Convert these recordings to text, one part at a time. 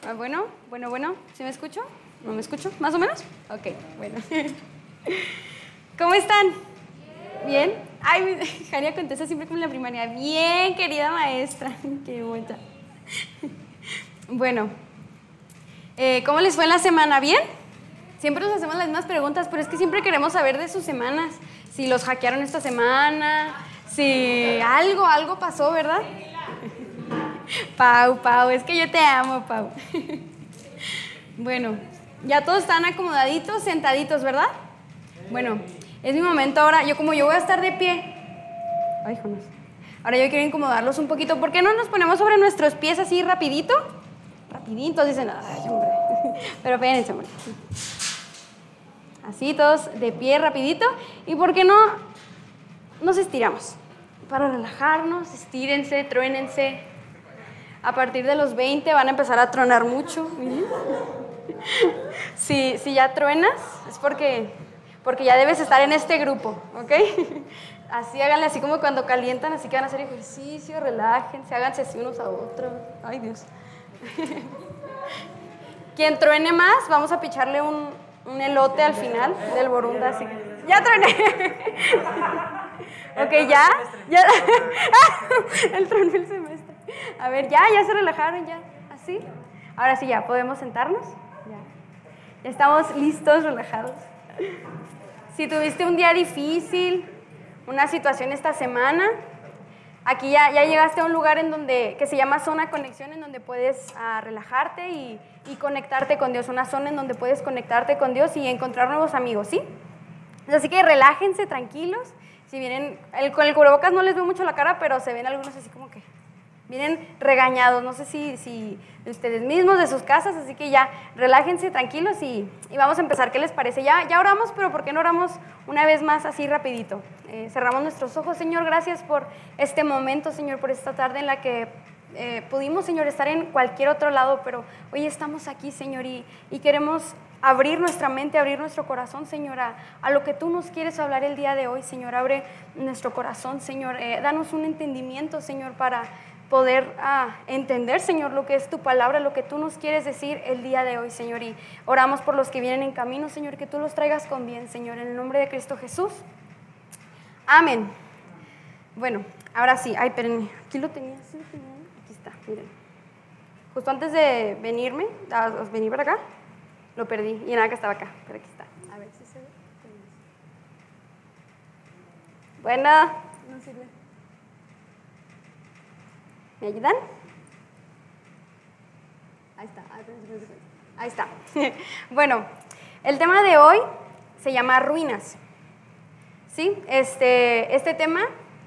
Bueno. ¿Sí me escucho? ¿No me escucho? ¿Más o menos? Ok, bueno. ¿Cómo están? ¿Bien? Ay, Jania contesta siempre como en la primaria. Bien, querida maestra. Qué bonita. Bueno, ¿cómo les fue en la semana? ¿Bien? Siempre nos hacemos las mismas preguntas, pero es que siempre queremos saber de sus semanas. Si los hackearon esta semana, si algo pasó, ¿verdad? Pau, es que yo te amo, Pau. Bueno, ya todos están acomodaditos, sentaditos, ¿verdad? Bueno, es mi momento ahora. Yo voy a estar de pie. Ay, Jonas. Ahora yo quiero incomodarlos un poquito. ¿Por qué no nos ponemos sobre nuestros pies así rapidito? Rapiditos, dicen. Ay, hombre. Pero espérense, hombre. Así, todos de pie, rapidito. ¿Y por qué no nos estiramos? Para relajarnos, estírense, truénense. A partir de los 20 van a empezar a tronar mucho. Si ya truenas, es porque ya debes estar en este grupo, ¿ok? Así háganle así como cuando calientan, así que van a hacer ejercicio, relájense, háganse así unos a otros. Ay, Dios. Quien truene más, vamos a picharle un elote al final del borunda, así. ¡Ya truené! Ok, ¿ya? El trono del semestre. A ver, ya se relajaron, ya, así. Ahora sí, ya, ¿podemos sentarnos? Ya estamos listos, relajados. Si tuviste un día difícil, una situación esta semana, aquí ya llegaste a un lugar que se llama zona conexión, en donde puedes relajarte y conectarte con Dios. Una zona en donde puedes conectarte con Dios y encontrar nuevos amigos, ¿sí? Así que relájense, tranquilos. Si vienen, con el cubrebocas no les veo mucho la cara, pero se ven algunos así como que vienen regañados, no sé si de ustedes mismos, de sus casas, así que ya relájense, tranquilos y vamos a empezar. ¿Qué les parece? Ya oramos, pero ¿por qué no oramos una vez más así rapidito? Cerramos nuestros ojos. Señor, gracias por este momento, Señor, por esta tarde en la que pudimos, Señor, estar en cualquier otro lado, pero hoy estamos aquí, Señor, y queremos abrir nuestra mente, abrir nuestro corazón, Señor, a lo que tú nos quieres hablar el día de hoy, Señor. Abre nuestro corazón, Señor. Danos un entendimiento, Señor, para poder entender, Señor, lo que es tu palabra, lo que tú nos quieres decir el día de hoy, Señor. Y oramos por los que vienen en camino, Señor, que tú los traigas con bien, Señor, en el nombre de Cristo Jesús. Amén. Bueno, ahora sí. Ay, espérenme. Aquí lo tenía. Aquí está, miren. Justo antes de venir para acá, lo perdí. Y nada, que estaba acá, pero aquí está. A ver si se ve. Bueno, no sirve. ¿Me ayudan? Ahí está. Bueno, el tema de hoy se llama ruinas. ¿Sí? Este tema,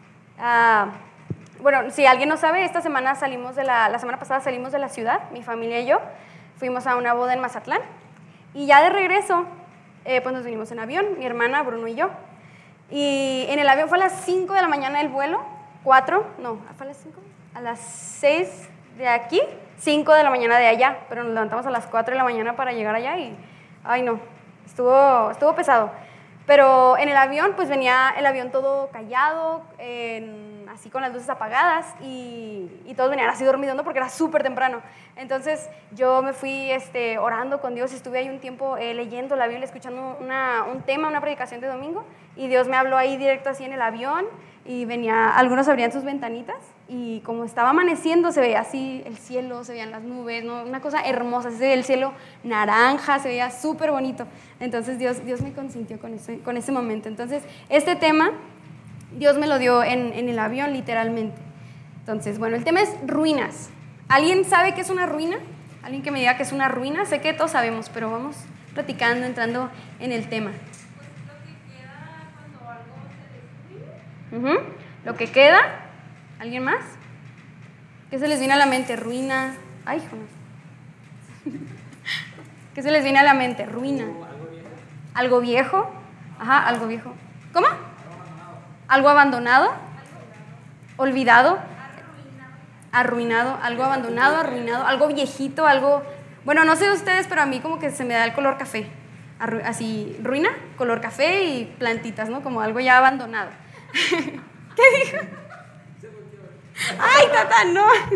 bueno, si alguien no sabe, esta semana la semana pasada salimos de la ciudad, mi familia y yo, fuimos a una boda en Mazatlán, y ya de regreso, pues nos vinimos en avión, mi hermana, Bruno y yo, y en el avión fue a las 5 de la mañana el vuelo, fue a las 5, a las 6 de aquí, 5 de la mañana de allá, pero nos levantamos a las 4 de la mañana para llegar allá y, ay no, estuvo pesado. Pero en el avión, pues venía el avión todo callado, así con las luces apagadas y todos venían así dormidos, ¿no? Porque era súper temprano. Entonces yo me fui orando con Dios, estuve ahí un tiempo leyendo la Biblia, escuchando un tema, una predicación de domingo, y Dios me habló ahí directo así en el avión y algunos abrían sus ventanitas y como estaba amaneciendo se veía así el cielo, se veían las nubes, ¿no? Una cosa hermosa, se veía el cielo naranja, se veía súper bonito. Entonces Dios me consintió con ese momento. Entonces este tema Dios me lo dio en el avión literalmente. Entonces, bueno, el tema es ruinas. ¿Alguien sabe qué es una ruina? ¿Alguien que me diga qué es una ruina? Sé que todos sabemos, pero vamos platicando, entrando en el tema. Lo que queda, ¿alguien más? ¿Qué se les viene a la mente? Ruina. Ay, Jonas. ¿Qué se les viene a la mente? Ruina. ¿Algo viejo? Ajá, algo viejo. ¿Cómo? ¿Algo abandonado? ¿Olvidado? Arruinado. Algo abandonado, arruinado. Algo viejito, algo... Bueno, no sé de ustedes, pero a mí como que se me da el color café. Así, ruina, color café y plantitas, ¿no? Como algo ya abandonado. ¿Qué dijo? Ay, tata, no.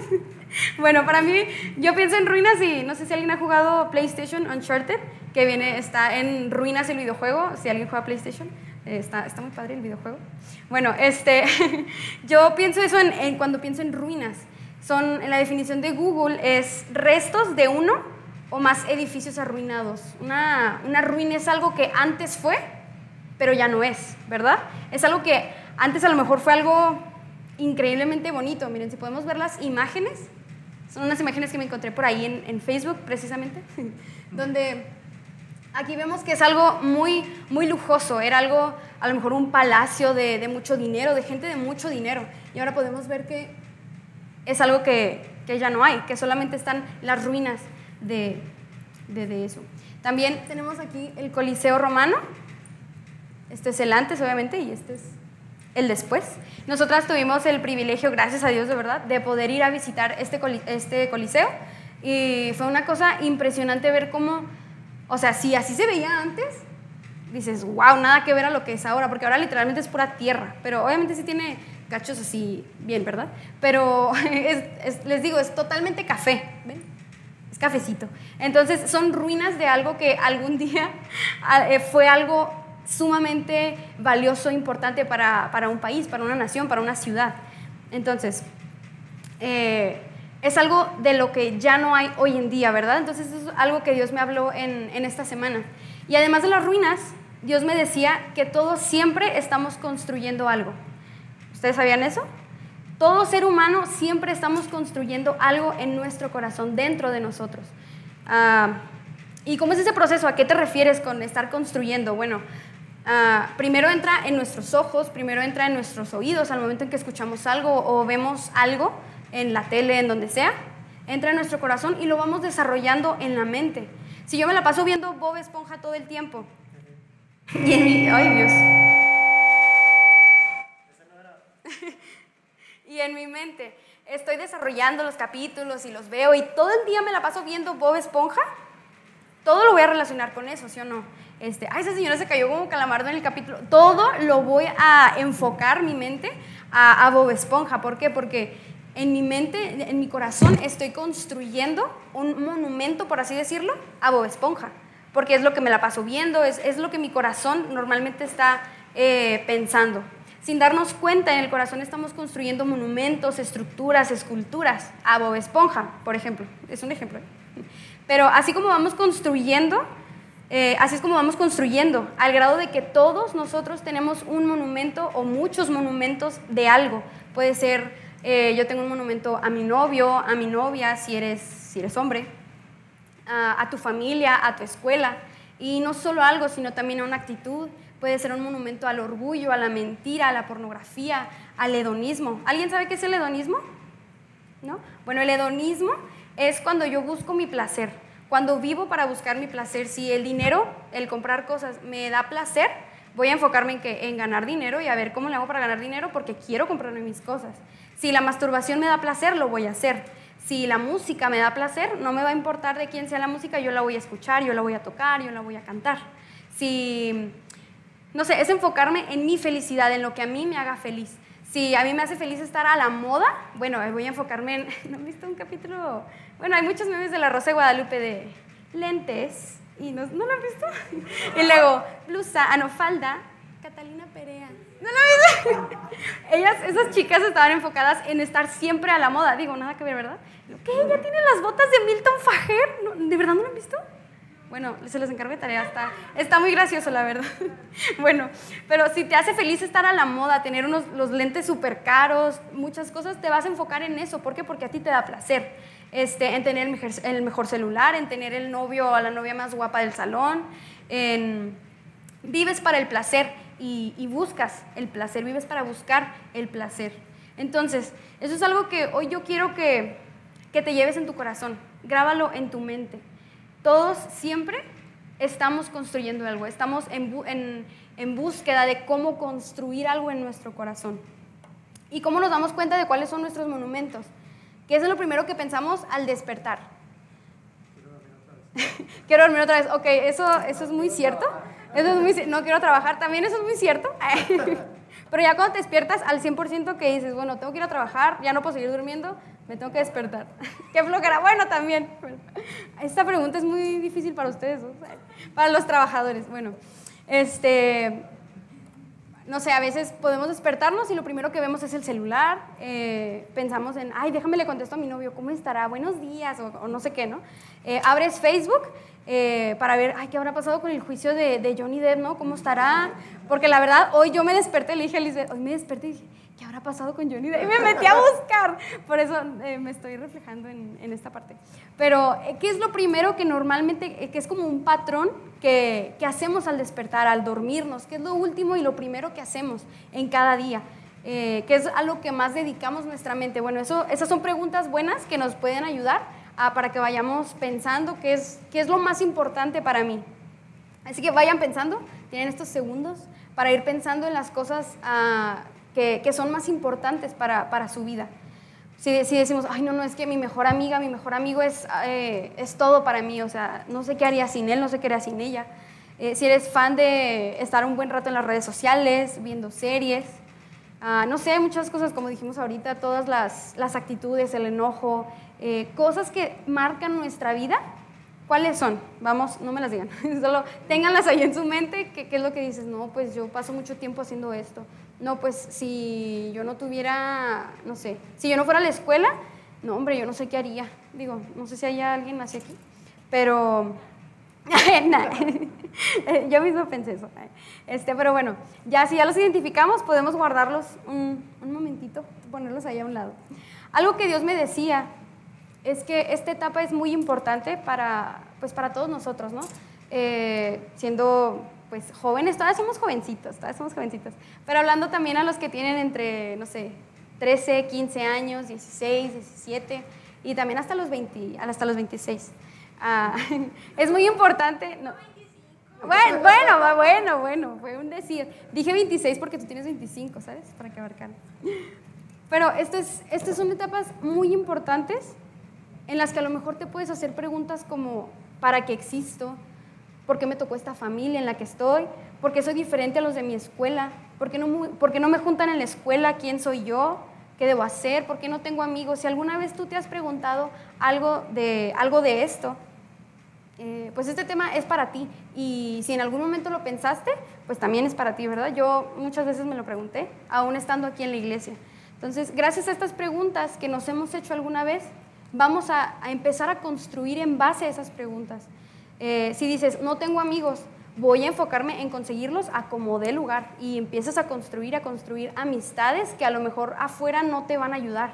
Bueno, para mí, yo pienso en ruinas y no sé si alguien ha jugado PlayStation Uncharted, que está en ruinas el videojuego, si alguien juega PlayStation, está muy padre el videojuego. Bueno, yo pienso eso cuando pienso en ruinas. En la definición de Google, es restos de uno o más edificios arruinados. Una ruina es algo que antes fue, pero ya no es, ¿verdad? Es algo que antes a lo mejor fue algo increíblemente bonito. Miren, si podemos ver las imágenes, son unas imágenes que me encontré por ahí en Facebook, precisamente, donde aquí vemos que es algo muy, muy lujoso. Era algo, a lo mejor un palacio de mucho dinero, de gente de mucho dinero. Y ahora podemos ver que es algo que ya no hay, que solamente están las ruinas de eso. También tenemos aquí el Coliseo Romano. Este es el antes, obviamente, y este es el después. Nosotras tuvimos el privilegio, gracias a Dios, de verdad, de poder ir a visitar este Coliseo, y fue una cosa impresionante ver cómo, o sea, si así se veía antes, dices, wow, nada que ver a lo que es ahora, porque ahora literalmente es pura tierra, pero obviamente sí tiene cachos así bien, ¿verdad? Pero les digo, es totalmente café, ¿ven? Es cafecito. Entonces son ruinas de algo que algún día fue algo sumamente valioso, importante para un país, para una nación, para una ciudad. Entonces, es algo de lo que ya no hay hoy en día, ¿verdad? Entonces eso es algo que Dios me habló en esta semana. Y además de las ruinas, Dios me decía que todos siempre estamos construyendo algo. ¿Ustedes sabían eso? Todo ser humano siempre estamos construyendo algo en nuestro corazón, dentro de nosotros. ¿Y cómo es ese proceso? ¿A qué te refieres con estar construyendo? Bueno, primero entra en nuestros ojos, primero entra en nuestros oídos al momento en que escuchamos algo o vemos algo en la tele, en donde sea. Entra en nuestro corazón y lo vamos desarrollando en la mente. Si yo me la paso viendo Bob Esponja todo el tiempo ¡ay, Dios! Y en mi mente estoy desarrollando los capítulos y los veo y todo el día me la paso viendo Bob Esponja, todo lo voy a relacionar con eso, ¿sí o no? Esa señora se cayó como calamardo en el capítulo. Todo lo voy a enfocar mi mente a Bob Esponja. ¿Por qué? Porque en mi mente, en mi corazón, estoy construyendo un monumento, por así decirlo, a Bob Esponja. Porque es lo que me la paso viendo, es lo que mi corazón normalmente está pensando. Sin darnos cuenta, en el corazón estamos construyendo monumentos, estructuras, esculturas a Bob Esponja, por ejemplo. Es un ejemplo. Pero así como vamos construyendo, al grado de que todos nosotros tenemos un monumento o muchos monumentos de algo. Puede ser, yo tengo un monumento a mi novio, a mi novia, si eres hombre, a tu familia, a tu escuela. Y no solo algo, sino también a una actitud. Puede ser un monumento al orgullo, a la mentira, a la pornografía, al hedonismo. ¿Alguien sabe qué es el hedonismo? ¿No? Bueno, el hedonismo es cuando yo busco mi placer, cuando vivo para buscar mi placer. Si el dinero, el comprar cosas, me da placer, voy a enfocarme en ganar dinero y a ver cómo le hago para ganar dinero porque quiero comprarme mis cosas. Si la masturbación me da placer, lo voy a hacer. Si la música me da placer, no me va a importar de quién sea la música, yo la voy a escuchar, yo la voy a tocar, yo la voy a cantar. No sé, es enfocarme en mi felicidad, en lo que a mí me haga feliz. Si a mí me hace feliz estar a la moda, bueno, voy a enfocarme en... ¿No han visto un capítulo? Bueno, hay muchos memes de La Rosa de Guadalupe de lentes, y ¿no lo han visto? Y luego, blusa, falda, Catalina Perea. ¿No lo han visto? Esas chicas estaban enfocadas en estar siempre a la moda. Digo, nada que ver, ¿verdad? ¿Qué? ¿Ya tienen las botas de Milton Fager? ¿De verdad no lo han visto? Bueno, se los encargo de tarea, está muy gracioso, la verdad. Bueno, pero si te hace feliz estar a la moda, tener los lentes súper caros, muchas cosas, te vas a enfocar en eso. ¿Por qué? Porque a ti te da placer. En tener el mejor celular, en tener el novio o la novia más guapa del salón. Vives para el placer y buscas el placer, vives para buscar el placer. Entonces, eso es algo que hoy yo quiero que te lleves en tu corazón. Grábalo en tu mente. Todos siempre estamos construyendo algo, estamos en búsqueda de cómo construir algo en nuestro corazón. ¿Y cómo nos damos cuenta de cuáles son nuestros monumentos? Que eso es lo primero que pensamos al despertar. Quiero dormir otra vez. Ok, eso es muy cierto. No quiero trabajar, también eso es muy cierto. Pero ya cuando te despiertas al 100% que dices, bueno, tengo que ir a trabajar, ya no puedo seguir durmiendo, Me tengo que despertar. Qué flojera. Bueno, también. Esta pregunta es muy difícil para ustedes, ¿no? Para los trabajadores. Bueno, no sé, a veces podemos despertarnos y lo primero que vemos es el celular. Pensamos en, ay, déjame le contesto a mi novio, ¿cómo estará? Buenos días, o no sé qué, ¿no? Abres Facebook para ver, ay, ¿qué habrá pasado con el juicio de Johnny Depp, ¿no? ¿Cómo estará? Porque la verdad, hoy yo me desperté, le dije a Lisbeth, hoy me desperté y dije, ¿qué habrá pasado con Johnny Depp? Y me metí a buscar. Por eso me estoy reflejando en esta parte. Pero, ¿qué es lo primero que normalmente, que es como un patrón que hacemos al despertar, al dormirnos? ¿Qué es lo último y lo primero que hacemos en cada día? ¿Qué es a lo que más dedicamos nuestra mente? Bueno, esas son preguntas buenas que nos pueden ayudar para que vayamos pensando qué es lo más importante para mí. Así que vayan pensando, tienen estos segundos para ir pensando en las cosas que son más importantes para su vida. Si decimos, ay, no, es que mi mejor amigo es todo para mí, o sea, no sé qué haría sin él, no sé qué haría sin ella. Si eres fan de estar un buen rato en las redes sociales, viendo series, no sé, hay muchas cosas, como dijimos ahorita, todas las actitudes, el enojo, cosas que marcan nuestra vida. ¿Cuáles son? Vamos, no me las digan, solo ténganlas ahí en su mente, ¿qué es lo que dices? No, pues yo paso mucho tiempo haciendo esto. No, pues si yo no tuviera, no sé, si yo no fuera a la escuela, no, hombre, yo no sé qué haría. Digo, no sé si hay alguien así aquí, pero yo mismo pensé eso. Pero bueno, si ya los identificamos, podemos guardarlos un momentito, ponerlos ahí a un lado. Algo que Dios me decía es que esta etapa es muy importante para todos nosotros, ¿no? Siendo pues jóvenes, todavía somos jovencitos, pero hablando también a los que tienen entre, no sé, 13, 15 años, 16, 17 y también hasta los 26. Es muy importante. No. Bueno, fue un decir. Dije 26 porque tú tienes 25, ¿sabes? Para que abarcar. Pero estas son etapas muy importantes en las que a lo mejor te puedes hacer preguntas como, ¿para qué existo? ¿Por qué me tocó esta familia en la que estoy? ¿Por qué soy diferente a los de mi escuela? ¿Por qué no me juntan en la escuela? ¿Quién soy yo? ¿Qué debo hacer? ¿Por qué no tengo amigos? Si alguna vez tú te has preguntado algo de esto, pues este tema es para ti. Y si en algún momento lo pensaste, pues también es para ti, ¿verdad? Yo muchas veces me lo pregunté, aún estando aquí en la iglesia. Entonces, gracias a estas preguntas que nos hemos hecho alguna vez, vamos a empezar a construir en base a esas preguntas. Si dices, no tengo amigos, voy a enfocarme en conseguirlos a como dé lugar y empiezas a construir amistades que a lo mejor afuera no te van a ayudar.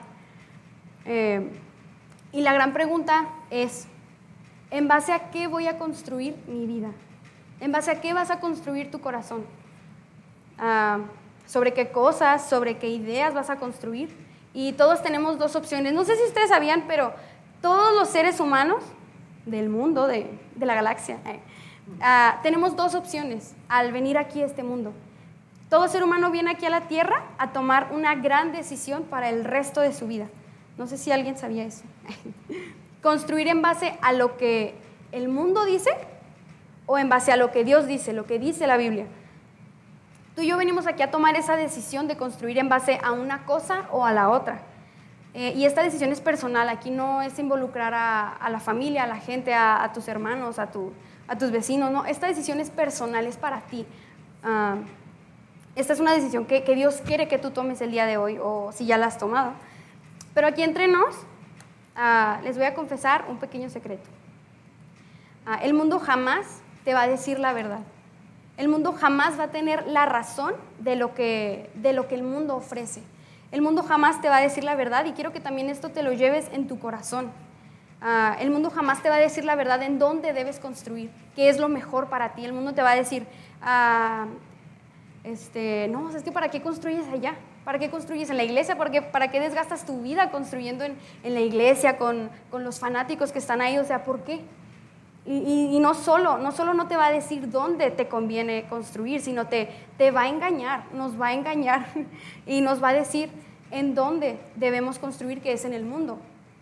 Y la gran pregunta es, ¿en base a qué voy a construir mi vida? ¿En base a qué vas a construir tu corazón? ¿Sobre qué cosas, sobre qué ideas vas a construir? Y todos tenemos dos opciones. No sé si ustedes sabían, pero todos los seres humanos del mundo, de la galaxia, tenemos dos opciones al venir aquí a este mundo. Todo ser humano viene aquí a la Tierra a tomar una gran decisión para el resto de su vida. No sé si alguien sabía eso. Construir en base a lo que el mundo dice o en base a lo que Dios dice, lo que dice la Biblia. Tú y yo venimos aquí a tomar esa decisión de construir en base a una cosa o a la otra. Y esta decisión es personal, aquí no es involucrar a la familia, a la gente, a tus hermanos, a tus vecinos, no, esta decisión es personal, es para ti. Esta es una decisión que Dios quiere que tú tomes el día de hoy, o si ya la has tomado. Pero aquí entre nos, les voy a confesar un pequeño secreto. El mundo jamás te va a decir la verdad. El mundo jamás va a tener la razón de lo que el mundo ofrece. El mundo jamás te va a decir la verdad y quiero que también esto te lo lleves en tu corazón. El mundo jamás te va a decir la verdad en dónde debes construir, qué es lo mejor para ti. El mundo te va a decir, no, es que ¿para qué construyes allá? ¿Para qué construyes en la iglesia? ¿Para qué desgastas tu vida construyendo en la iglesia con los fanáticos que están ahí? O sea, ¿por qué? Y no solo no te va a decir dónde te conviene construir, sino te va a engañar, nos va a engañar y nos va a decir en dónde debemos construir, que es en el mundo.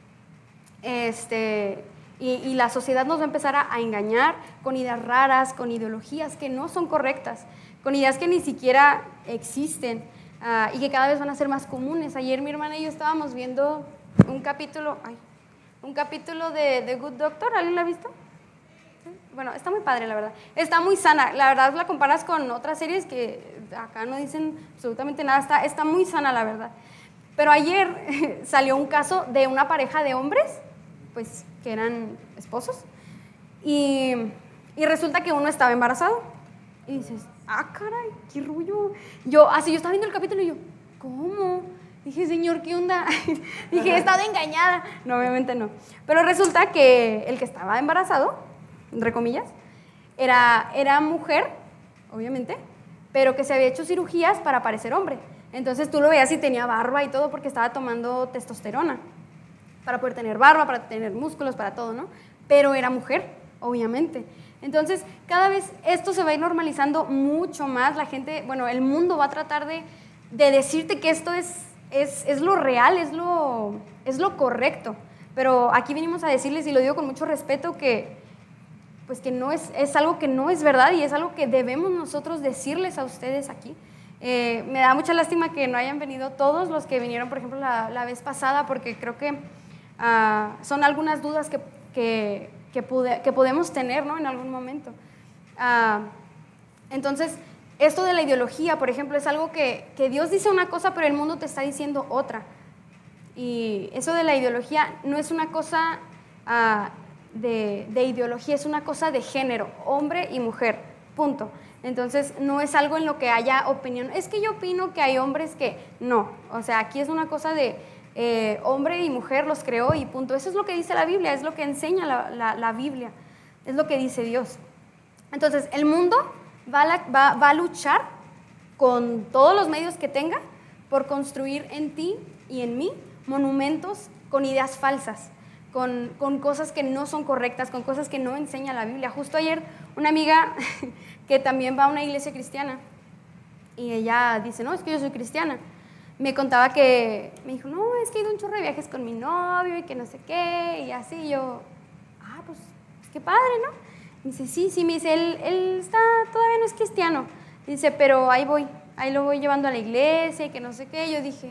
Y la sociedad nos va a empezar a engañar con ideas raras, con ideologías que no son correctas, con ideas que ni siquiera existen y que cada vez van a ser más comunes. Ayer mi hermana y yo estábamos viendo un capítulo de The Good Doctor. ¿Alguien la ha visto? Bueno, está muy padre, la verdad. Está muy sana. La verdad, la comparas con otras series que acá no dicen absolutamente nada. Está muy sana, la verdad. Pero ayer salió un caso de una pareja de hombres, pues, que eran esposos, y resulta que uno estaba embarazado. Y dices, caray, qué rollo. Yo estaba viendo el capítulo y yo, ¿cómo? Dije, señor, ¿qué onda? Dije, he estado engañada. No, obviamente no. Pero resulta que el que estaba embarazado, entre comillas, era mujer, obviamente, pero que se había hecho cirugías para parecer hombre. Entonces tú lo veías y tenía barba y todo porque estaba tomando testosterona para poder tener barba, para tener músculos, para todo, ¿no? Pero era mujer, obviamente. Entonces, cada vez esto se va a ir normalizando mucho más. La gente, bueno, el mundo va a tratar de decirte que esto es lo real, es lo correcto. Pero aquí venimos a decirles, y lo digo con mucho respeto, que pues que no es algo que no es verdad y es algo que debemos nosotros decirles a ustedes aquí. Me da mucha lástima que no hayan venido todos los que vinieron, por ejemplo, la vez pasada, porque creo que son algunas dudas que podemos tener, ¿no? En algún momento. Entonces, esto de la ideología, por ejemplo, es algo que Dios dice una cosa, pero el mundo te está diciendo otra. Y eso de la ideología no es una cosa de ideología, es una cosa de género, hombre y mujer, punto. Entonces, no es algo en lo que haya opinión. Es que yo opino que hay hombres que no. O sea, aquí es una cosa de hombre y mujer los creó y punto. Eso es lo que dice la Biblia, es lo que enseña la Biblia, es lo que dice Dios. Entonces, el mundo va a luchar con todos los medios que tenga por construir en ti y en mí monumentos con ideas falsas, con cosas que no son correctas, con cosas que no enseña la Biblia. Justo ayer una amiga que también va a una iglesia cristiana y ella dice, no, es que yo soy cristiana. Me contaba que, me dijo, no, es que he ido un chorro de viajes con mi novio y que no sé qué, y así. Y yo, pues qué padre, ¿no? Me dice, sí, me dice, él todavía no es cristiano. Dice, pero ahí lo voy llevando a la iglesia y que no sé qué. Y yo dije,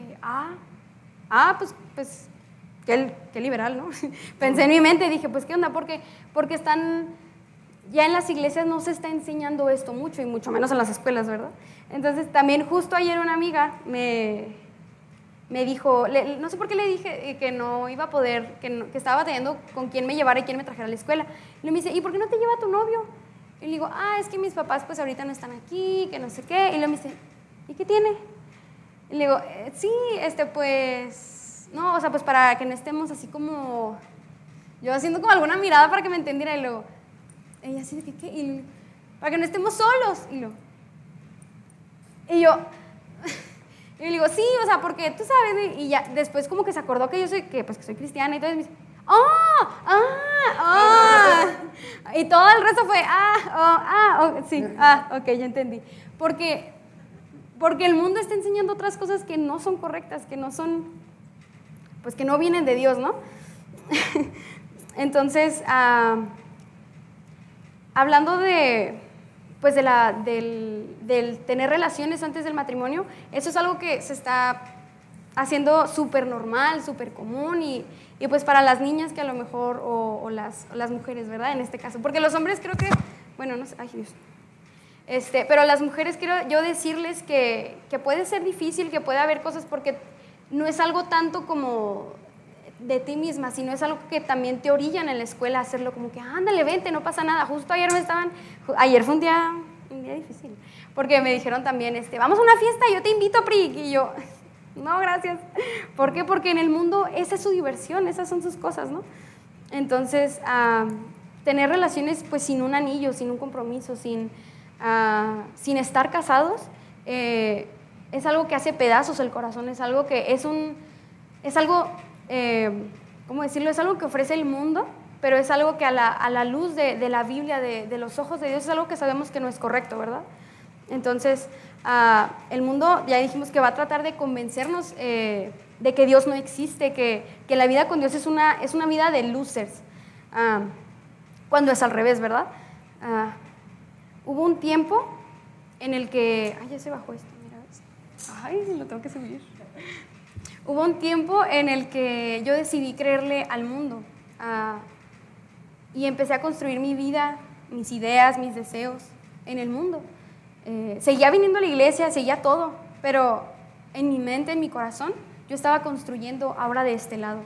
pues qué liberal, ¿no? Pensé en mi mente y dije, pues qué onda, porque ya en las iglesias no se está enseñando esto mucho y mucho menos en las escuelas, ¿verdad? Entonces también justo ayer una amiga me dijo, no sé por qué le dije que no iba a poder, que estaba batallando con quién me llevara y quién me trajera a la escuela. Y me dice, ¿y por qué no te lleva tu novio? Y le digo, es que mis papás pues ahorita no están aquí, que no sé qué. Y luego me dice, ¿y qué tiene? Y le digo, sí, pues, no, o sea, pues para que no estemos así como, yo haciendo como alguna mirada para que me entendiera. Y luego, ella así de que, ¿qué? Y para que no estemos solos. Y yo le digo, sí, o sea, porque tú sabes, y ya después como que se acordó que yo soy cristiana, y entonces me dice, y todo el resto fue, sí, ok, ya entendí. Porque el mundo está enseñando otras cosas que no son correctas, que no son, pues que no vienen de Dios, ¿no? Entonces, hablando pues del tener relaciones antes del matrimonio, eso es algo que se está haciendo súper normal, súper común y pues para las niñas que a lo mejor, o las mujeres, ¿verdad? En este caso, porque los hombres creo que, bueno, no sé, ay Dios, pero las mujeres quiero yo decirles que puede ser difícil, que puede haber cosas porque no es algo tanto como de ti misma, sino es algo que también te orillan en la escuela a hacerlo como que, ándale, vente, no pasa nada. Justo ayer fue un día difícil, porque me dijeron también, vamos a una fiesta, yo te invito, Pri, y yo, no, gracias. ¿Por qué? Porque en el mundo esa es su diversión, esas son sus cosas, ¿no? Entonces, tener relaciones pues sin un anillo, sin un compromiso, sin estar casados, es algo que hace pedazos el corazón, es algo que ¿cómo decirlo? Es algo que ofrece el mundo, pero es algo que a la luz de la Biblia, de los ojos de Dios, es algo que sabemos que no es correcto, ¿verdad? Entonces, el mundo, ya dijimos que va a tratar de convencernos de que Dios no existe, que la vida con Dios es una vida de losers, cuando es al revés, ¿verdad? Hubo un tiempo en el que... ya se bajó esto, mira. Lo tengo que subir. Hubo un tiempo en el que yo decidí creerle al mundo y empecé a construir mi vida, mis ideas, mis deseos en el mundo. Seguía viniendo a la iglesia, seguía todo, pero en mi mente, en mi corazón, yo estaba construyendo ahora de este lado.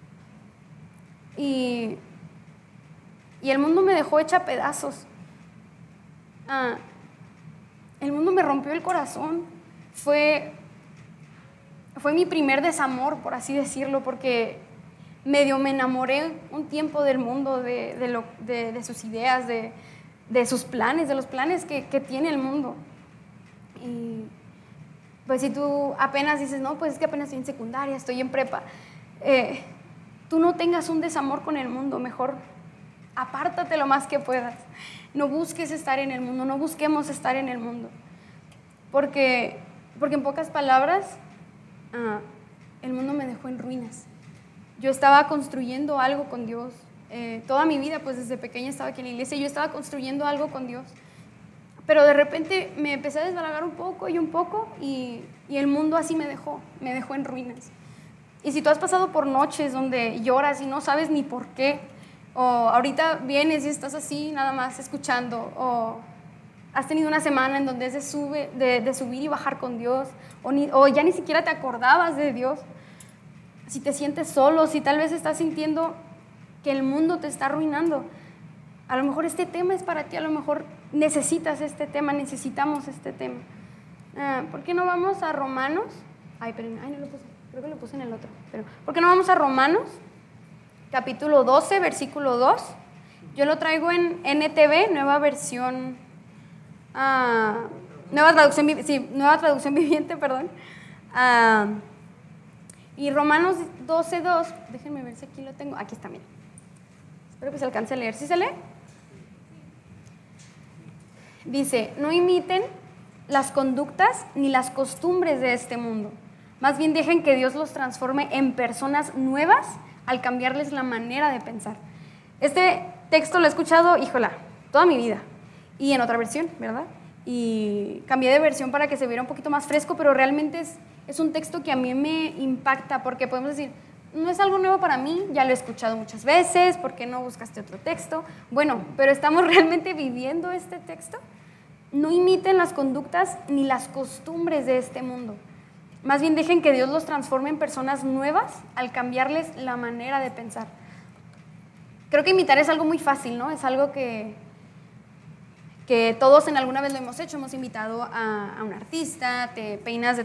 Y el mundo me dejó hecha pedazos. El mundo me rompió el corazón. Fue mi primer desamor, por así decirlo, porque medio me enamoré un tiempo del mundo, de sus ideas, de sus planes, de los planes que tiene el mundo. Y pues si tú apenas dices, no, pues es que apenas estoy en secundaria, estoy en prepa, tú no tengas un desamor con el mundo, mejor apártate lo más que puedas. No busques estar en el mundo, no busquemos estar en el mundo. Porque en pocas palabras, el mundo me dejó en ruinas. Yo estaba construyendo algo con Dios. Toda mi vida, pues desde pequeña estaba aquí en la iglesia, yo estaba construyendo algo con Dios. Pero de repente me empecé a desbalagar un poco y el mundo así me dejó en ruinas. Y si tú has pasado por noches donde lloras y no sabes ni por qué, o ahorita vienes y estás así nada más escuchando, o has tenido una semana en donde es de subir y bajar con Dios, o ya ni siquiera te acordabas de Dios, si te sientes solo, si tal vez estás sintiendo que el mundo te está arruinando, a lo mejor este tema es para ti, a lo mejor necesitas este tema, necesitamos este tema. ¿Por qué no vamos a Romanos? No lo puse, creo que lo puse en el otro. Pero, ¿por qué no vamos a Romanos? Capítulo 12, versículo 2. Yo lo traigo en NTV, nueva versión, nueva traducción viviente, perdón. Y Romanos 12, 2, déjenme ver si aquí lo tengo. Aquí está, miren. Espero que se alcance a leer. ¿Sí se lee? Dice, no imiten las conductas ni las costumbres de este mundo. Más bien dejen que Dios los transforme en personas nuevas al cambiarles la manera de pensar. Este texto lo he escuchado, toda mi vida. Y en otra versión, ¿verdad? Y cambié de versión para que se viera un poquito más fresco, pero realmente es un texto que a mí me impacta porque podemos decir, no es algo nuevo para mí, ya lo he escuchado muchas veces, ¿por qué no buscaste otro texto? Bueno, pero ¿estamos realmente viviendo este texto? No imiten las conductas ni las costumbres de este mundo. Más bien dejen que Dios los transforme en personas nuevas al cambiarles la manera de pensar. Creo que imitar es algo muy fácil, ¿no? Es algo que todos en alguna vez lo hemos hecho. Hemos imitado a un artista, te peinas de...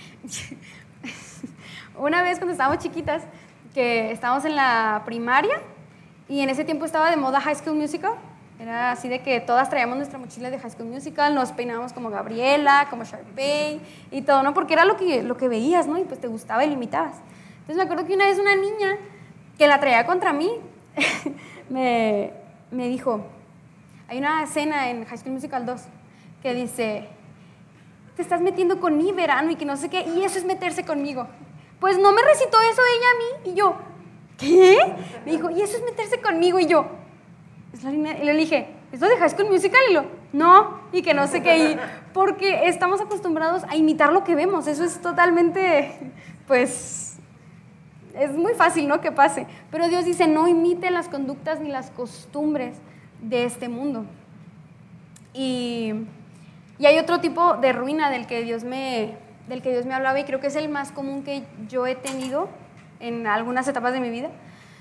Una vez cuando estábamos chiquitas, que estábamos en la primaria y en ese tiempo estaba de moda High School Musical. Era así de que todas traíamos nuestra mochila de High School Musical, nos peinábamos como Gabriela, como Sharpay y todo, ¿no? Porque era lo que veías, ¿no? Y pues te gustaba y lo imitabas. Entonces me acuerdo que una vez una niña que la traía contra mí me dijo, hay una escena en High School Musical 2 que dice, te estás metiendo con mi verano y que no sé qué, y eso es meterse conmigo. Pues no me recitó eso ella a mí, y yo, ¿qué? Me dijo, y eso es meterse conmigo, y yo, es la línea, y le dije, ¿es lo de High School Musical? Y lo, no, y que no sé qué, y porque estamos acostumbrados a imitar lo que vemos, eso es totalmente, pues, es muy fácil, ¿no?, que pase, pero Dios dice, no imiten las conductas ni las costumbres de este mundo. Y hay otro tipo de ruina del que Dios me hablaba, y creo que es el más común que yo he tenido en algunas etapas de mi vida,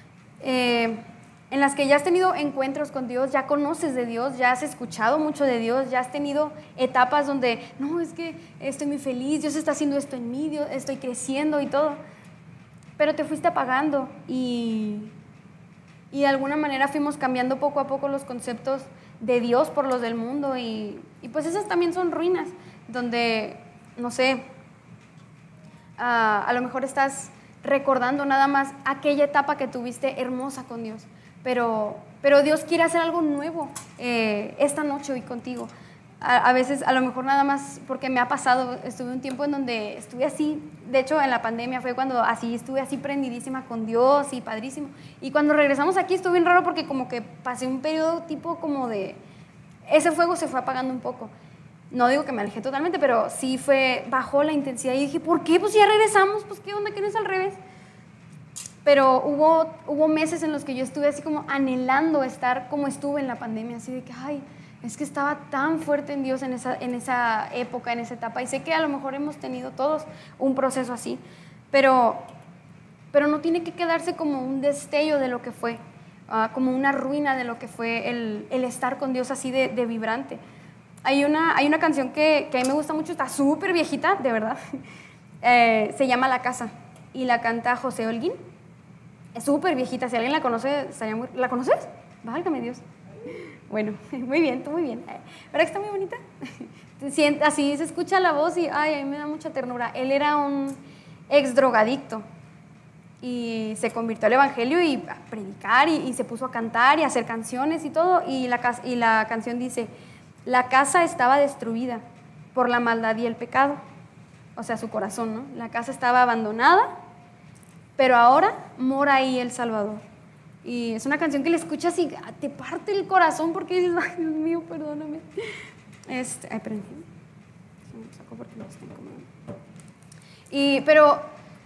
en las que ya has tenido encuentros con Dios, ya conoces de Dios, ya has escuchado mucho de Dios, ya has tenido etapas donde, no, es que estoy muy feliz, Dios está haciendo esto en mí, Dios, estoy creciendo y todo, pero te fuiste apagando y de alguna manera fuimos cambiando poco a poco los conceptos de Dios por los del mundo y pues esas también son ruinas, donde, no sé, a lo mejor estás recordando nada más aquella etapa que tuviste hermosa con Dios, pero Dios quiere hacer algo nuevo esta noche hoy contigo. A veces, a lo mejor nada más, porque me ha pasado, estuve un tiempo en donde estuve así, de hecho en la pandemia fue cuando así estuve así prendidísima con Dios y padrísimo. Y cuando regresamos aquí estuvo bien raro porque como que pasé un periodo tipo como de, ese fuego se fue apagando un poco. No digo que me alejé totalmente, pero sí bajó la intensidad y dije, ¿por qué? Pues ya regresamos, pues ¿qué onda? ¿Que no es al revés? Pero hubo meses en los que yo estuve así como anhelando estar como estuve en la pandemia, así de que, ay, es que estaba tan fuerte en Dios en esa época, en esa etapa, y sé que a lo mejor hemos tenido todos un proceso así, pero no tiene que quedarse como un destello de lo que fue, como una ruina de lo que fue el estar con Dios así de vibrante. Hay una canción que a mí me gusta mucho, está súper viejita, de verdad, se llama La Casa, y la canta José Holguín. Es súper viejita, si alguien la conoce, ¿la conoces? Válgame Dios. Bueno, muy bien, tú muy bien. ¿Verdad que está muy bonita? Así se escucha la voz y ay, a mí me da mucha ternura. Él era un ex drogadicto y se convirtió al evangelio y a predicar y se puso a cantar y a hacer canciones y todo. Y la canción dice, la casa estaba destruida por la maldad y el pecado. O sea, su corazón, ¿no? La casa estaba abandonada, pero ahora mora ahí el Salvador. Y es una canción que le escuchas y te parte el corazón porque dices, ay, Dios mío, perdóname. Ay, esperen, se me sacó porque lo estoy incomodando. Pero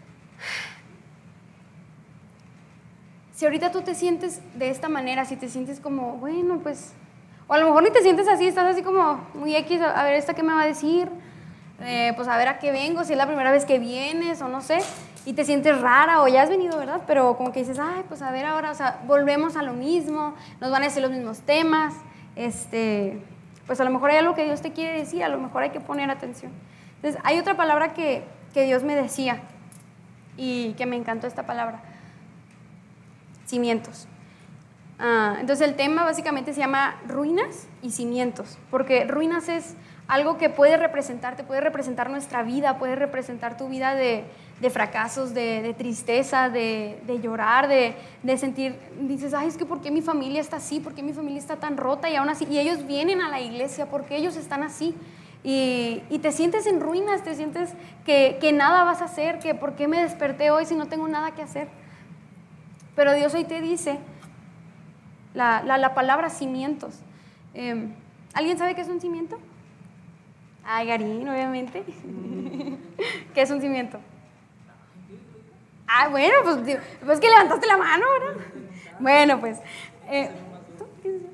si ahorita tú te sientes de esta manera, si te sientes como, bueno, pues, o a lo mejor ni te sientes así, estás así como muy X, a ver, ¿esta qué me va a decir? Pues a ver a qué vengo, si es la primera vez que vienes o no sé, y te sientes rara o ya has venido, ¿verdad? Pero como que dices, ay, pues a ver ahora, o sea, volvemos a lo mismo, nos van a decir los mismos temas, pues a lo mejor hay algo que Dios te quiere decir, a lo mejor hay que poner atención. Entonces, hay otra palabra que Dios me decía y que me encantó esta palabra, cimientos. Entonces el tema básicamente se llama ruinas y cimientos, porque ruinas es algo que puede representar nuestra vida, puede representar tu vida de fracasos, de tristeza, de llorar, de sentir, dices, ay, es que ¿por qué mi familia está así? ¿Por qué mi familia está tan rota? Y aún así, y ellos vienen a la iglesia, ¿por qué ellos están así? Y te sientes en ruinas, te sientes que nada vas a hacer, que ¿por qué me desperté hoy si no tengo nada que hacer? Pero Dios hoy te dice la palabra cimientos. ¿Alguien sabe qué es un cimiento? Ay, Garín, obviamente. ¿Qué es un cimiento? Ah, bueno, pues que levantaste la mano, ¿verdad? Bueno, pues. ¿Tú qué dices?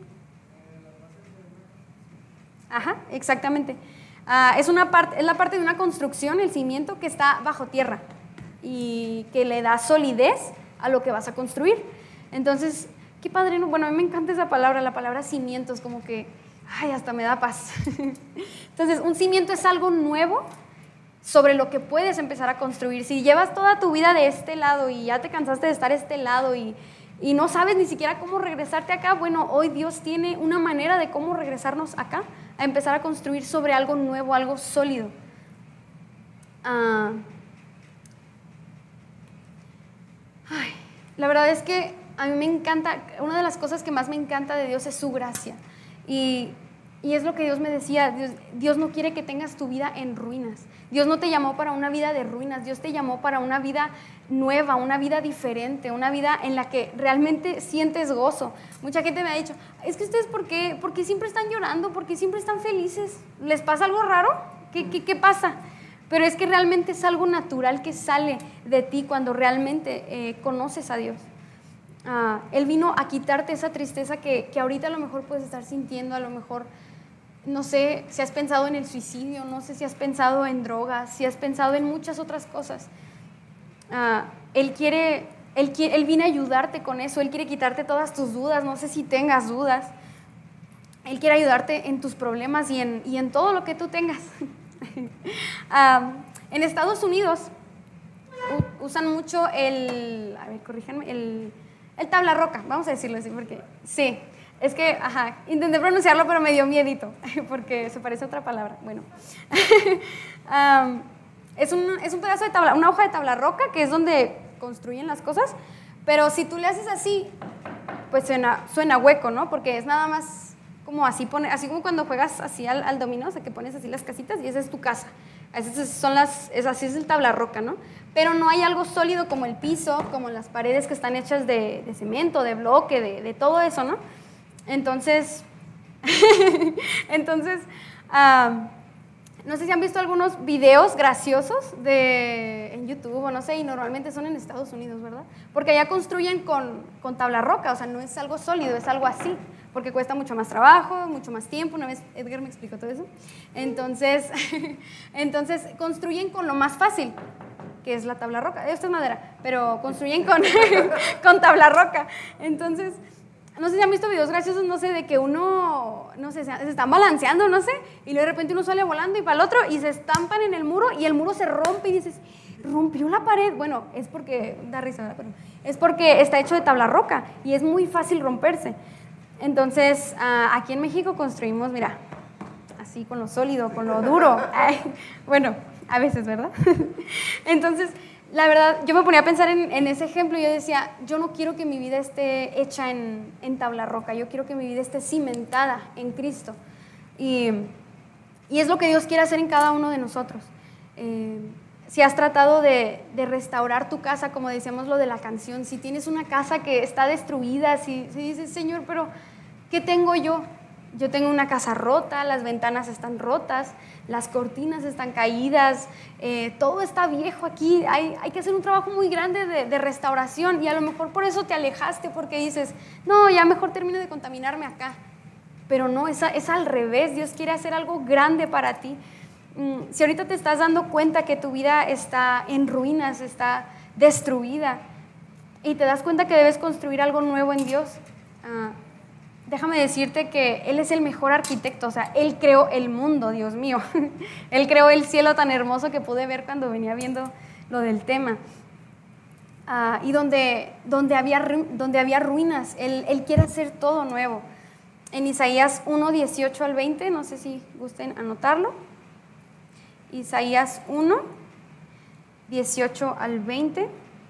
Ajá, exactamente. Es la parte de una construcción, el cimiento que está bajo tierra y que le da solidez a lo que vas a construir. Entonces, qué padre, ¿no? Bueno, a mí me encanta esa palabra, la palabra cimientos, como que, ay, hasta me da paz. Entonces, un cimiento es algo nuevo sobre lo que puedes empezar a construir. Si llevas toda tu vida de este lado y ya te cansaste de estar de este lado y no sabes ni siquiera cómo regresarte acá, bueno, hoy Dios tiene una manera de cómo regresarnos acá, a empezar a construir sobre algo nuevo, algo sólido. La verdad es que a mí me encanta, una de las cosas que más me encanta de Dios es su gracia. Y es lo que Dios me decía, Dios no quiere que tengas tu vida en ruinas. Dios no te llamó para una vida de ruinas, Dios te llamó para una vida nueva, una vida diferente, una vida en la que realmente sientes gozo. Mucha gente me ha dicho, es que ustedes ¿por qué siempre están llorando? ¿Por qué siempre están felices? ¿Les pasa algo raro? ¿Qué pasa? Pero es que realmente es algo natural que sale de ti cuando realmente conoces a Dios. Él vino a quitarte esa tristeza que ahorita a lo mejor puedes estar sintiendo, a lo mejor, no sé, si has pensado en el suicidio, no sé si has pensado en drogas, si has pensado en muchas otras cosas. Él viene a ayudarte con eso, Él quiere quitarte todas tus dudas, no sé si tengas dudas. Él quiere ayudarte en tus problemas y en todo lo que tú tengas. En Estados Unidos usan mucho el tabla roca, vamos a decirlo así, porque sí, es que, intenté pronunciarlo pero me dio miedito, porque se parece a otra palabra. Bueno, es un pedazo de tabla, una hoja de tabla roca, que es donde construyen las cosas, pero si tú le haces así, pues suena hueco, ¿no? Porque es nada más como así como cuando juegas así al dominó, o sea, que pones así las casitas y esa es tu casa. Así es el tabla roca, ¿no? Pero no hay algo sólido como el piso, como las paredes que están hechas de cemento, de bloque, de todo eso, ¿no? Entonces No sé si han visto algunos videos graciosos en YouTube o no sé, y normalmente son en Estados Unidos, ¿verdad? Porque allá construyen con tabla roca, o sea, no es algo sólido, es algo así, porque cuesta mucho más trabajo, mucho más tiempo. Una vez Edgar me explicó todo eso. Entonces construyen con lo más fácil, que es la tabla roca. Esto es madera, pero construyen con tabla roca. Entonces, no sé si han visto videos graciosos, no sé, de que uno, no sé, se están balanceando, no sé, y luego de repente uno sale volando y para el otro y se estampan en el muro y el muro se rompe y dices, rompió la pared. Bueno, es porque, da risa, ¿verdad? Pero es porque está hecho de tabla roca y es muy fácil romperse. Entonces, aquí en México construimos, mira, así con lo sólido, con lo duro. Bueno, a veces, ¿verdad? Entonces, la verdad, yo me ponía a pensar en ese ejemplo y yo decía, yo no quiero que mi vida esté hecha en tabla roca, yo quiero que mi vida esté cimentada en Cristo. Y es lo que Dios quiere hacer en cada uno de nosotros. Si has tratado de restaurar tu casa, como decíamos lo de la canción, si tienes una casa que está destruida, si dices, Señor, pero ¿qué tengo yo? Yo tengo una casa rota, las ventanas están rotas, las cortinas están caídas, todo está viejo aquí, hay que hacer un trabajo muy grande de restauración y a lo mejor por eso te alejaste, porque dices, no, ya mejor termino de contaminarme acá. Pero no, es al revés, Dios quiere hacer algo grande para ti. Si ahorita te estás dando cuenta que tu vida está en ruinas, está destruida y te das cuenta que debes construir algo nuevo en Dios, déjame decirte que Él es el mejor arquitecto, o sea, Él creó el mundo, Dios mío. Él creó el cielo tan hermoso que pude ver cuando venía viendo lo del tema. Y donde había ruinas, Él quiere hacer todo nuevo. En Isaías 1, 18 al 20, no sé si gusten anotarlo. Isaías 1, 18 al 20.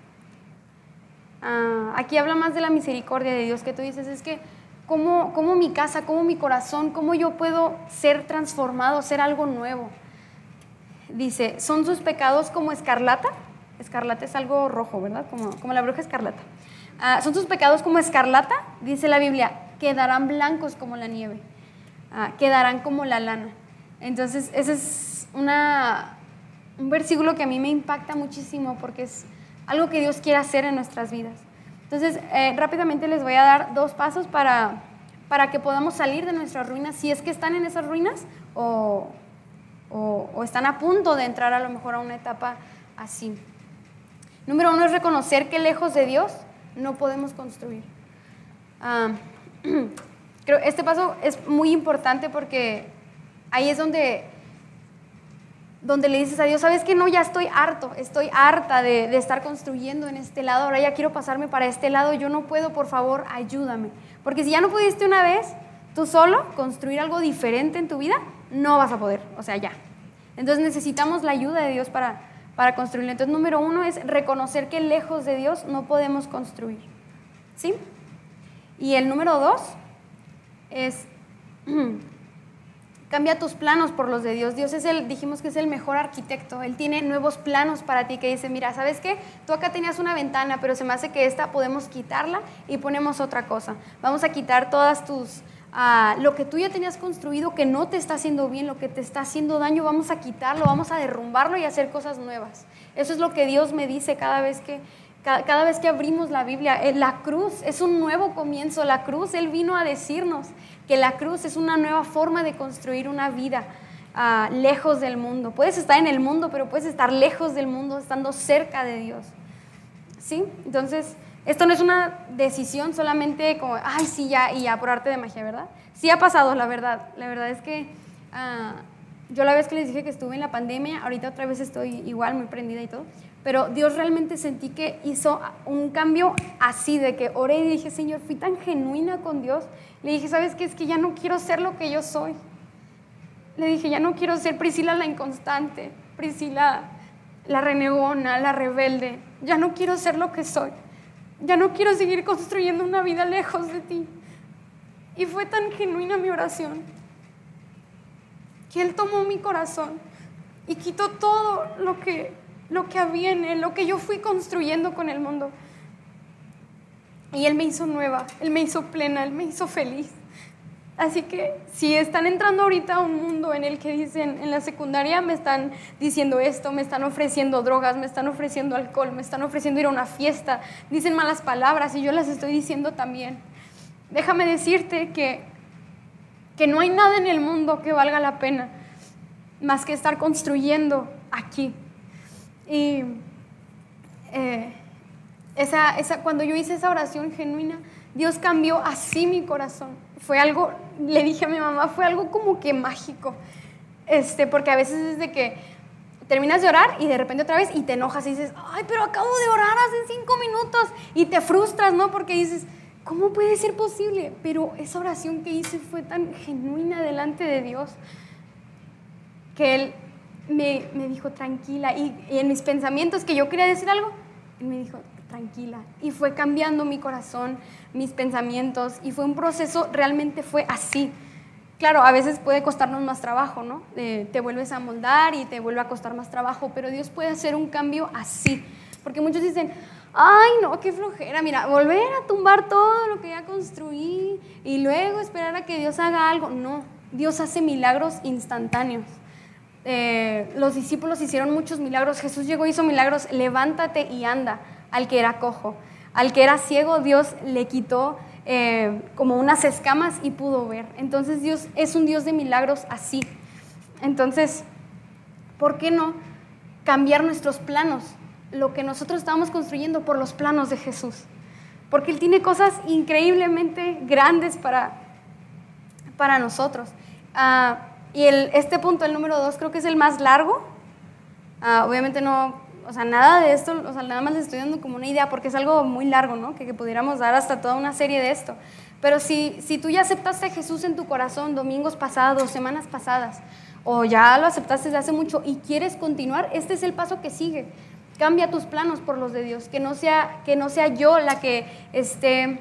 Aquí habla más de la misericordia de Dios, que tú dices, es que ¿Cómo mi casa, cómo mi corazón, cómo yo puedo ser transformado, ser algo nuevo? Dice, ¿son sus pecados como escarlata? Escarlata es algo rojo, ¿verdad? Como la bruja escarlata. ¿Son sus pecados como escarlata? Dice la Biblia, quedarán blancos como la nieve, quedarán como la lana. Entonces, ese es un versículo que a mí me impacta muchísimo porque es algo que Dios quiere hacer en nuestras vidas. Entonces, rápidamente les voy a dar 2 pasos para que podamos salir de nuestras ruinas, si es que están en esas ruinas o están a punto de entrar a lo mejor a una etapa así. Número 1 es reconocer que lejos de Dios no podemos construir. Creo que este paso es muy importante porque ahí es donde le dices a Dios, ¿sabes qué? No, ya estoy harta de estar construyendo en este lado, ahora ya quiero pasarme para este lado, yo no puedo, por favor, ayúdame. Porque si ya no pudiste una vez, tú solo, construir algo diferente en tu vida, no vas a poder, o sea, ya. Entonces necesitamos la ayuda de Dios para construirlo. Entonces, número 1 es reconocer que lejos de Dios no podemos construir, ¿sí? Y el número 2 es... Cambia tus planos por los de Dios. Dios dijimos que es el mejor arquitecto. Él tiene nuevos planos para ti que dice, mira, ¿sabes qué? Tú acá tenías una ventana, pero se me hace que esta podemos quitarla y ponemos otra cosa. Vamos a quitar todas lo que tú ya tenías construido que no te está haciendo bien, lo que te está haciendo daño, vamos a quitarlo, vamos a derrumbarlo y hacer cosas nuevas. Eso es lo que Dios me dice cada vez que abrimos la Biblia. La cruz es un nuevo comienzo. La cruz, Él vino a decirnos que la cruz es una nueva forma de construir una vida lejos del mundo. Puedes estar en el mundo, pero puedes estar lejos del mundo, estando cerca de Dios. ¿Sí? Entonces, esto no es una decisión solamente como, ay, sí, ya, y ya, por arte de magia, ¿verdad? Sí ha pasado, la verdad. La verdad es que yo la vez que les dije que estuve en la pandemia, ahorita otra vez estoy igual, muy prendida y todo, pero Dios realmente sentí que hizo un cambio así, de que oré y dije, Señor, fui tan genuina con Dios. Le dije, ¿sabes qué? Es que ya no quiero ser lo que yo soy. Le dije, ya no quiero ser Priscila la inconstante, Priscila la renegona, la rebelde. Ya no quiero ser lo que soy. Ya no quiero seguir construyendo una vida lejos de ti. Y fue tan genuina mi oración que Él tomó mi corazón y quitó todo lo que había en Él, lo que yo fui construyendo con el mundo. Y Él me hizo nueva, Él me hizo plena, Él me hizo feliz. Así que si están entrando ahorita a un mundo en el que dicen, en la secundaria me están diciendo esto, me están ofreciendo drogas, me están ofreciendo alcohol, me están ofreciendo ir a una fiesta, dicen malas palabras y yo las estoy diciendo también. Déjame decirte que no hay nada en el mundo que valga la pena más que estar construyendo aquí. Y cuando yo hice esa oración genuina, Dios cambió así mi corazón. Fue algo, le dije a mi mamá, fue algo como que mágico. Porque a veces es de que terminas de orar y de repente otra vez y te enojas y dices, ay, pero acabo de orar hace 5 minutos. Y te frustras, ¿no? Porque dices, ¿cómo puede ser posible? Pero esa oración que hice fue tan genuina delante de Dios que Él me dijo, tranquila. Y en mis pensamientos que yo quería decir algo, Él me dijo, tranquila. Y fue cambiando mi corazón, mis pensamientos, y fue un proceso, realmente fue así. Claro, a veces puede costarnos más trabajo, ¿no? Te vuelves a moldar y te vuelve a costar más trabajo, pero Dios puede hacer un cambio así. Porque muchos dicen, ay, no, qué flojera, mira, volver a tumbar todo lo que ya construí y luego esperar a que Dios haga algo. No, Dios hace milagros instantáneos. Los discípulos hicieron muchos milagros. Jesús llegó y hizo milagros, levántate y anda, al que era cojo. Al que era ciego, Dios le quitó como unas escamas y pudo ver. Entonces Dios es un Dios de milagros así. Entonces, ¿por qué no cambiar nuestros planos? Lo que nosotros estábamos construyendo por los planos de Jesús. Porque Él tiene cosas increíblemente grandes para nosotros. Y este punto, el número 2, creo que es el más largo. Obviamente no, o sea, nada de esto, o sea, nada más les estoy dando como una idea porque es algo muy largo, ¿no? Que pudiéramos dar hasta toda una serie de esto. Pero si tú ya aceptaste a Jesús en tu corazón domingos pasados, semanas pasadas, o ya lo aceptaste desde hace mucho y quieres continuar, este es el paso que sigue. Cambia tus planos por los de Dios, que no sea yo la que esté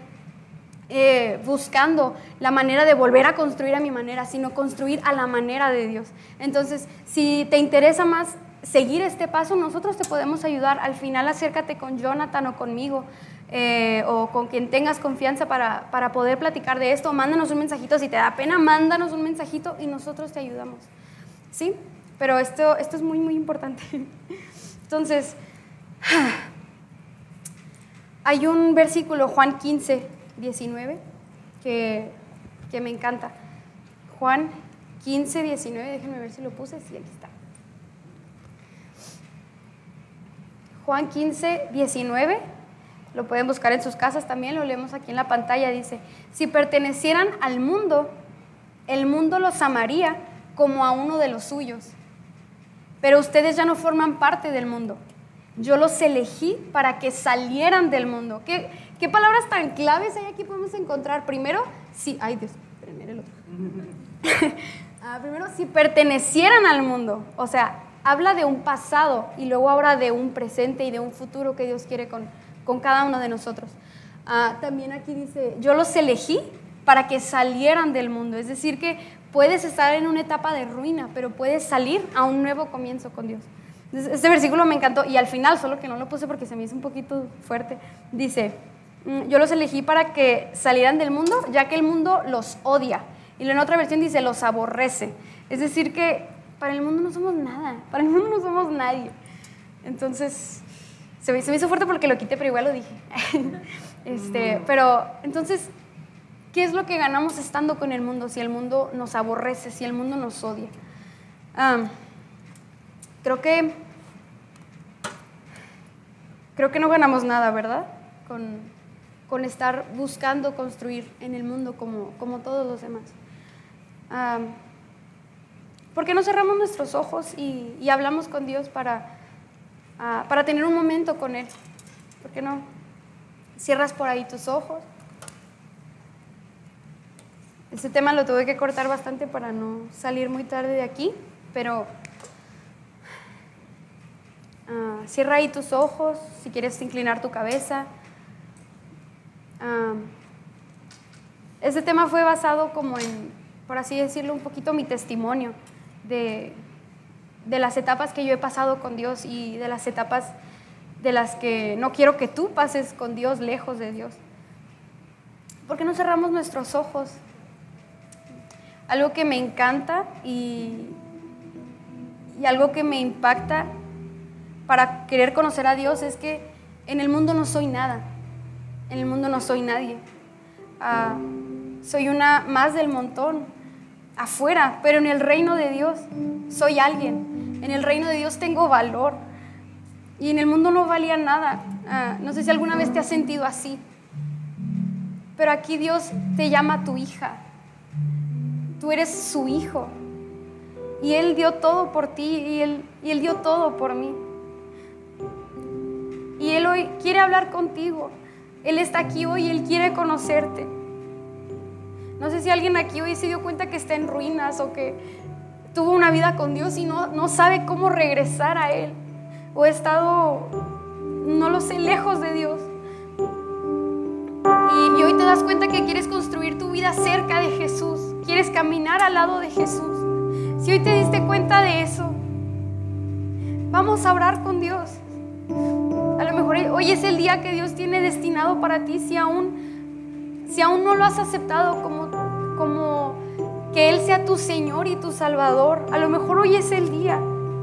buscando la manera de volver a construir a mi manera, sino construir a la manera de Dios. Entonces, si te interesa más seguir este paso, nosotros te podemos ayudar. Al final, acércate con Jonathan o conmigo, o con quien tengas confianza para poder platicar de esto. Mándanos un mensajito, si te da pena, mándanos un mensajito y nosotros te ayudamos, ¿sí? Pero esto es muy, muy importante. Entonces, hay un versículo, Juan 15, 19, que me encanta. Juan 15, 19, déjenme ver si lo puse, sí, aquí está. Juan 15, 19, lo pueden buscar en sus casas también, lo leemos aquí en la pantalla, dice, si pertenecieran al mundo, el mundo los amaría como a uno de los suyos, pero ustedes ya no forman parte del mundo. Yo los elegí para que salieran del mundo. ¿Qué palabras tan claves hay aquí podemos encontrar? Primero, sí, ay Dios, espérenme el otro. Primero, si pertenecieran al mundo, o sea, habla de un pasado y luego habla de un presente y de un futuro que Dios quiere con cada uno de nosotros. También aquí dice, yo los elegí para que salieran del mundo, es decir que puedes estar en una etapa de ruina, pero puedes salir a un nuevo comienzo con Dios. Este versículo me encantó y al final, solo que no lo puse porque se me hizo un poquito fuerte, dice, yo los elegí para que salieran del mundo, ya que el mundo los odia. Y en otra versión dice, los aborrece. Es decir que para el mundo no somos nada, para el mundo no somos nadie. Entonces, se me hizo fuerte porque lo quité, pero igual lo dije. Pero, entonces, ¿qué es lo que ganamos estando con el mundo si el mundo nos aborrece, si el mundo nos odia? Creo que no ganamos nada, ¿verdad? Con estar buscando construir en el mundo como todos los demás. ¿Por qué no cerramos nuestros ojos y hablamos con Dios para tener un momento con Él? ¿Por qué no cierras por ahí tus ojos? Este tema lo tuve que cortar bastante para no salir muy tarde de aquí, pero cierra ahí tus ojos, si quieres inclinar tu cabeza. Este tema fue basado como en, por así decirlo, un poquito mi testimonio de las etapas que yo he pasado con Dios y de las etapas de las que no quiero que tú pases con Dios, lejos de Dios. ¿Por qué no cerramos nuestros ojos? algo que me encanta y algo que me impacta para querer conocer a Dios es que en el mundo no soy nada, en el mundo no soy nadie. Soy una más del montón afuera, pero en el reino de Dios soy alguien. En el reino de Dios tengo valor y en el mundo no valía nada. No sé si alguna vez te has sentido así, pero aquí Dios te llama tu hija. Tú eres su hijo y Él dio todo por ti y Él dio todo por mí. Y Él hoy quiere hablar contigo. Él está aquí hoy y Él quiere conocerte. No sé si alguien aquí hoy se dio cuenta que está en ruinas o que tuvo una vida con Dios y no sabe cómo regresar a Él. O ha estado, no lo sé, lejos de Dios. Y hoy te das cuenta que quieres construir tu vida cerca de Jesús. Quieres caminar al lado de Jesús. Si hoy te diste cuenta de eso, vamos a orar con Dios. A lo mejor hoy es el día que Dios tiene destinado para ti. Si aún no lo has aceptado como que Él sea tu Señor y tu Salvador, a lo mejor hoy es el día.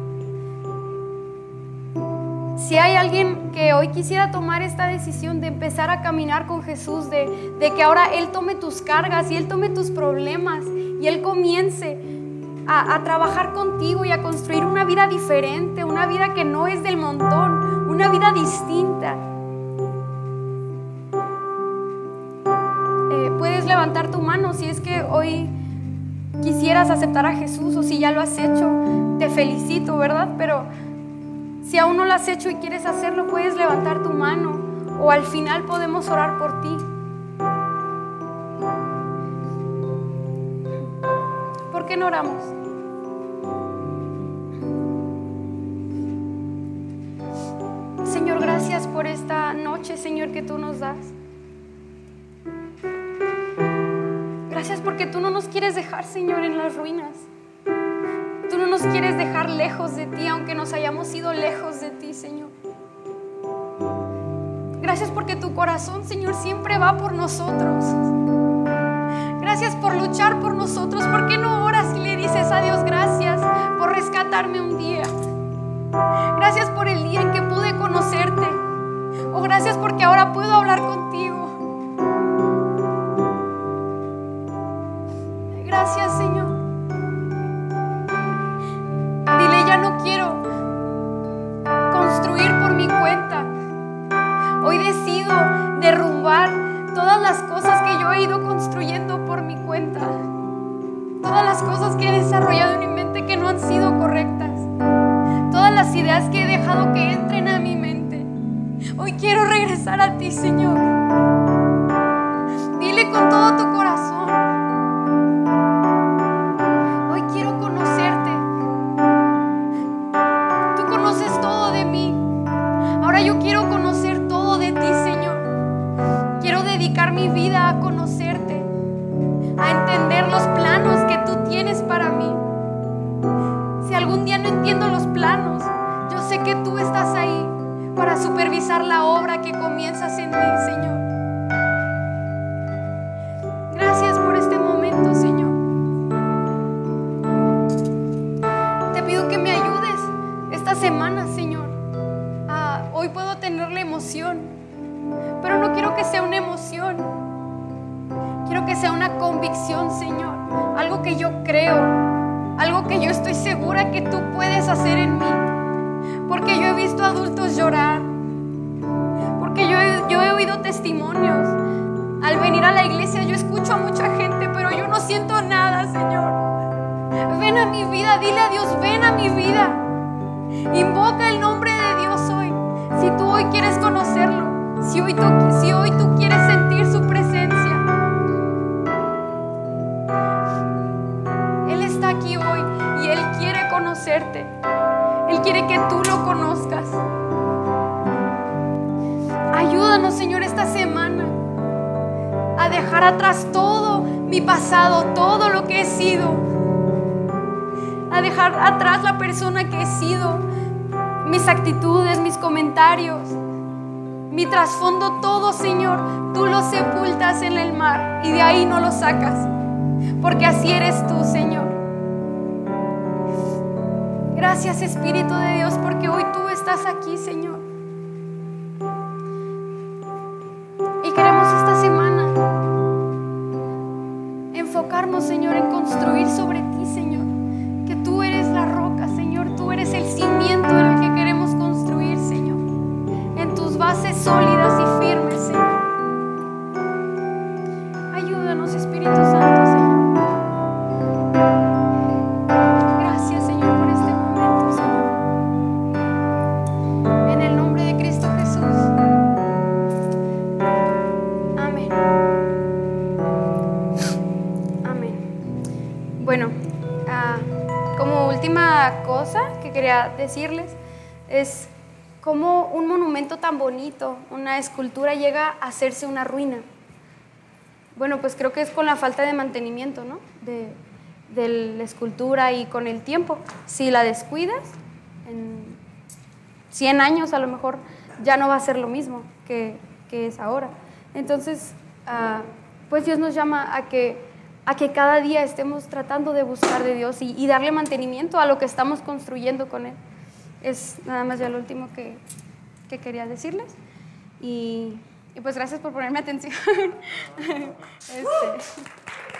Si hay alguien que hoy quisiera tomar esta decisión de empezar a caminar con Jesús, de que ahora Él tome tus cargas y Él tome tus problemas y Él comience a trabajar contigo y a construir una vida diferente, una vida que no es del montón, una vida distinta. Puedes levantar tu mano si es que hoy quisieras aceptar a Jesús, o si ya lo has hecho, te felicito, ¿verdad? Pero si aún no lo has hecho y quieres hacerlo, puedes levantar tu mano o al final podemos orar por ti. ¿Por qué no oramos? Señor, gracias por esta noche, Señor, que tú nos das. Gracias porque tú no nos quieres dejar, Señor, en las ruinas. Tú no nos quieres dejar lejos de ti, aunque nos hayamos ido lejos de ti, Señor. Gracias porque tu corazón, Señor, siempre va por nosotros. Gracias por luchar por nosotros. ¿Por qué no oras y le dices a Dios gracias por rescatarme un día? Gracias por el día en que pude conocerte. O gracias porque ahora puedo hablar contigo. Gracias, Señor. Dile, ya no quiero construir por mi cuenta. Hoy decido derrumbar todas las cosas que yo he ido construyendo por mi cuenta. Todas las cosas que he desarrollado en mi mente que no han sido correctas. Todas las ideas que he dejado que entren a mi mente. Hoy quiero regresar a ti, Señor. Dile con todo tu corazón. Hoy quiero conocerte. Tú conoces todo de mí. Ahora yo quiero conocer todo de ti, Señor. Quiero dedicar mi vida a conocerte, a entender los planos que tú tienes para mí. Si algún día no entiendo los planos, yo sé que tú estás ahí para supervisar la obra que comienzas en mí, Señor. Gracias por este momento, Señor. Te pido que me ayudes esta semana, Señor. Hoy puedo tener la emoción, pero no quiero que sea una emoción. Quiero que sea una convicción, Señor. Algo que yo creo, algo que yo estoy segura que tú puedes hacer en mí. Porque yo he visto adultos llorar. Porque yo he oído testimonios. Al venir a la iglesia yo escucho a mucha gente, pero yo no siento nada, Señor. Ven a mi vida, dile a Dios, ven a mi vida. Invoca el nombre de Dios hoy. Si tú hoy quieres conocerlo, si hoy tú quieres sentir su presencia, Él está aquí hoy y Él quiere conocerte. Él quiere que tú lo conozcas. Ayúdanos, Señor, esta semana a dejar atrás todo mi pasado, todo lo que he sido, a dejar atrás la persona que he sido, mis actitudes, mis comentarios, mi trasfondo, todo, Señor, tú lo sepultas en el mar y de ahí no lo sacas. porque así eres tú, Señor. Gracias, Espíritu de Dios, porque hoy tú estás aquí, Señor. Y queremos esta semana enfocarnos, Señor, en construir sobre ti, Señor. Que tú eres la roca, Señor. Tú eres el cimiento en el que queremos construir, Señor. En tus bases sólidas y firmes, Señor. Ayúdanos, Espíritu Santo, Señor. Gracias, Señor, por este momento, Señor. En el nombre de Cristo Jesús. Amén. Amén. Bueno, como última cosa que quería decirles es cómo un monumento tan bonito, una escultura, llega a hacerse una ruina. Bueno, pues creo que es con la falta de mantenimiento, ¿no? de la escultura y con el tiempo. Si la descuidas, en 100 años a lo mejor ya no va a ser lo mismo que es ahora. Entonces, pues Dios nos llama a que cada día estemos tratando de buscar de Dios y darle mantenimiento a lo que estamos construyendo con Él. Es nada más ya lo último que quería decirles. Y pues gracias por ponerme atención.